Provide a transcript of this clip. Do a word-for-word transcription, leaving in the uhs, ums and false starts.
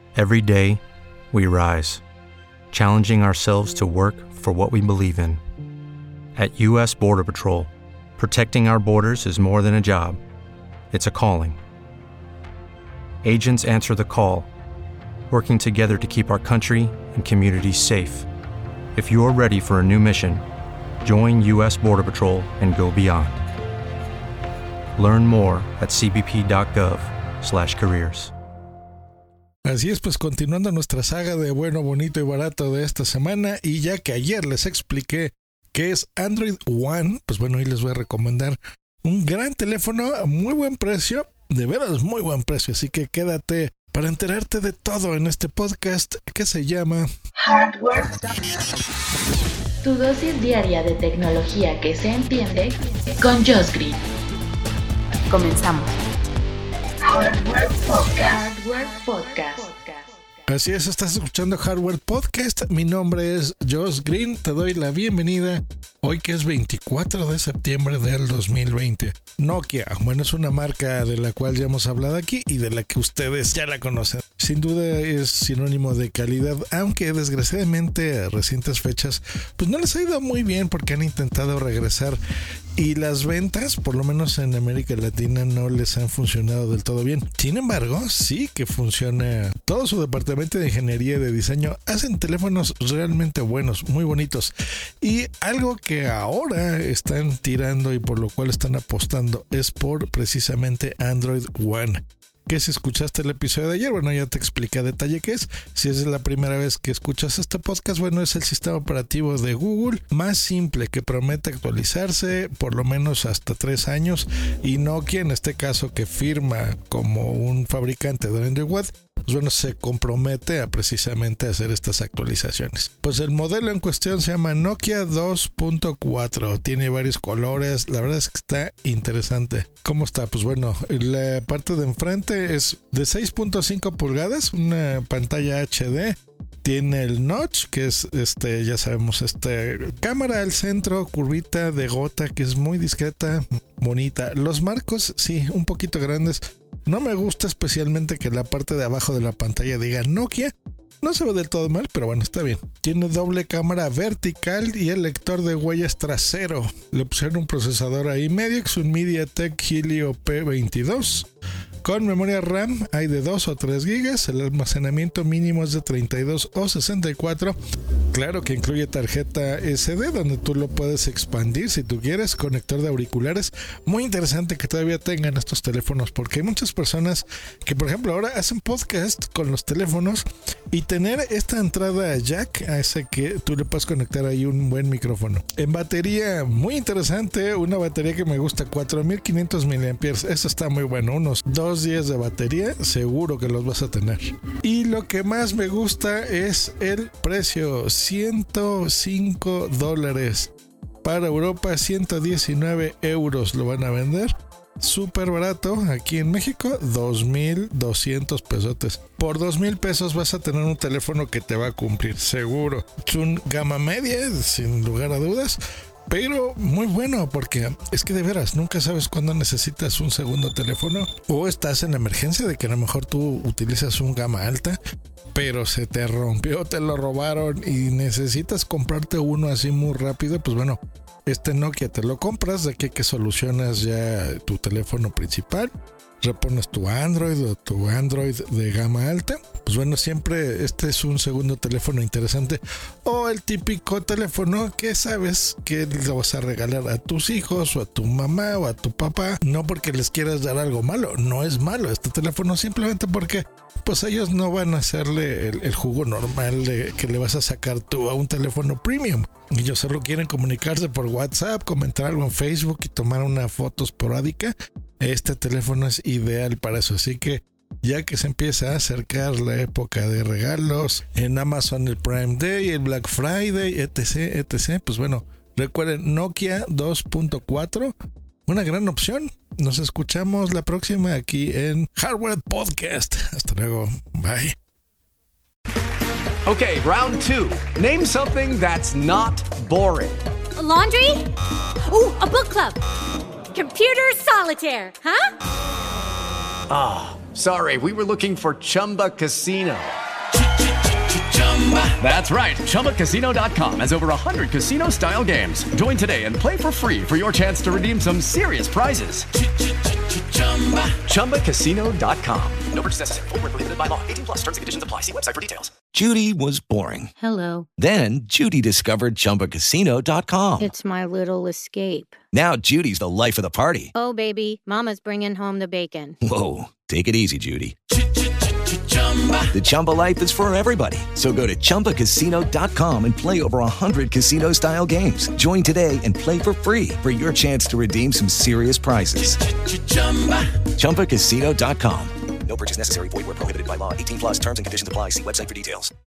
Every day, we rise, challenging ourselves to work for what we believe in. At U S Border Patrol, protecting our borders is more than a job. It's a calling. Agents answer the call, working together to keep our country and communities safe. If you're ready for a new mission, join U S Border Patrol and go beyond. Learn more at c b p dot gov slash careers. Así es, pues continuando nuestra saga de bueno, bonito y barato de esta semana, y ya que ayer les expliqué qué es Android One, pues bueno, hoy les voy a recomendar un gran teléfono a muy buen precio, de veras muy buen precio, así que quédate para enterarte de todo en este podcast que se llama Hardware. Tu dosis diaria de tecnología que se entiende con Josh Green. Comenzamos. Hardware Podcast. Hardware Podcast. Así es, estás escuchando Hardware Podcast. Mi nombre es Josh Green. Te doy la bienvenida hoy que es veinticuatro de septiembre del dos mil veinte. Nokia, bueno, es una marca de la cual ya hemos hablado aquí y de la que ustedes ya la conocen. Sin duda es sinónimo de calidad, aunque desgraciadamente a recientes fechas pues no les ha ido muy bien porque han intentado regresar y las ventas, por lo menos en América Latina, no les han funcionado del todo bien. Sin embargo, sí que funciona todo su departamento de ingeniería y de diseño. Hacen teléfonos realmente buenos, muy bonitos. Y algo que ahora están tirando y por lo cual están apostando es por precisamente Android One. Que si escuchaste el episodio de ayer, bueno, ya te expliqué a detalle qué es. Si es la primera vez que escuchas este podcast, bueno, es el sistema operativo de Google más simple que promete actualizarse por lo menos hasta tres años, y Nokia, en este caso, que firma como un fabricante de Android One, pues bueno, se compromete a precisamente hacer estas actualizaciones. Pues el modelo en cuestión se llama Nokia dos punto cuatro, tiene varios colores, la verdad es que está interesante. ¿Cómo está? Pues bueno, la parte de enfrente es de seis punto cinco pulgadas, una pantalla H D. Tiene el notch, que es este, ya sabemos, este cámara al centro, curvita de gota, que es muy discreta, bonita. Los marcos, sí, un poquito grandes. No me gusta especialmente que la parte de abajo de la pantalla diga Nokia. No se ve del todo mal, pero bueno, está bien. Tiene doble cámara vertical y el lector de huellas trasero. Le pusieron un procesador ahí MediaTek, un MediaTek Helio P veintidós. Con memoria RAM hay de dos o tres gigas, el almacenamiento mínimo es de treinta y dos o sesenta y cuatro. Claro que incluye tarjeta ese de donde tú lo puedes expandir si tú quieres, conector de auriculares. Muy interesante que todavía tengan estos teléfonos porque hay muchas personas que, por ejemplo, ahora hacen podcast con los teléfonos y tener esta entrada jack hace que tú le puedas conectar ahí un buen micrófono. En batería, muy interesante, una batería que me gusta, cuatro mil quinientos miliamperios hora. Eso está muy bueno, unos dos días de batería, seguro que los vas a tener. Y lo que más me gusta es el precio, ciento cinco dólares. Para Europa, ciento diecinueve euros lo van a vender. Súper barato. Aquí en México, dos mil doscientos pesotes. Por dos mil pesos vas a tener un teléfono que te va a cumplir, seguro. Es un gama media, sin lugar a dudas. Pero muy bueno, porque es que de veras nunca sabes cuándo necesitas un segundo teléfono o estás en la emergencia de que a lo mejor tú utilizas un gama alta, pero se te rompió, te lo robaron y necesitas comprarte uno así muy rápido. Pues bueno, este Nokia te lo compras, de aquí que solucionas ya tu teléfono principal, repones tu Android o tu Android de gama alta. Pues bueno, siempre este es un segundo teléfono interesante, o el típico teléfono que sabes que le vas a regalar a tus hijos o a tu mamá o a tu papá, no porque les quieras dar algo malo, no es malo este teléfono, simplemente porque pues ellos no van a hacerle el, el jugo normal de que le vas a sacar tú a un teléfono premium. Ellos solo quieren comunicarse por WhatsApp, comentar algo en Facebook y tomar una foto esporádica. Este teléfono es ideal para eso, así que ya que se empieza a acercar la época de regalos en Amazon, el Prime Day, el Black Friday, etc, etc, pues bueno, recuerden Nokia dos punto cuatro, una gran opción. Nos escuchamos la próxima aquí en Hardware Podcast. Hasta luego, bye. Okay, round two. Name something that's not boring. A laundry? Ooh, a book club. Computer solitaire, huh? Ah, oh, sorry, we were looking for Chumba Casino. That's right. Chumba Casino dot com has over one hundred casino-style games. Join today and play for free for your chance to redeem some serious prizes. Chumba Casino dot com. No purchase necessary. Void where prohibited by law. eighteen plus terms and conditions apply. See website for details. Judy was boring. Hello. Then Judy discovered Chumba Casino dot com. It's my little escape. Now Judy's the life of the party. Oh, baby, mama's bringing home the bacon. Whoa, take it easy, Judy. The Chumba life is for everybody. So go to Chumba Casino dot com and play over one hundred casino-style games. Join today and play for free for your chance to redeem some serious prizes. Chumba Casino dot com. No purchase necessary. Void where prohibited by law. eighteen plus terms and conditions apply. See website for details.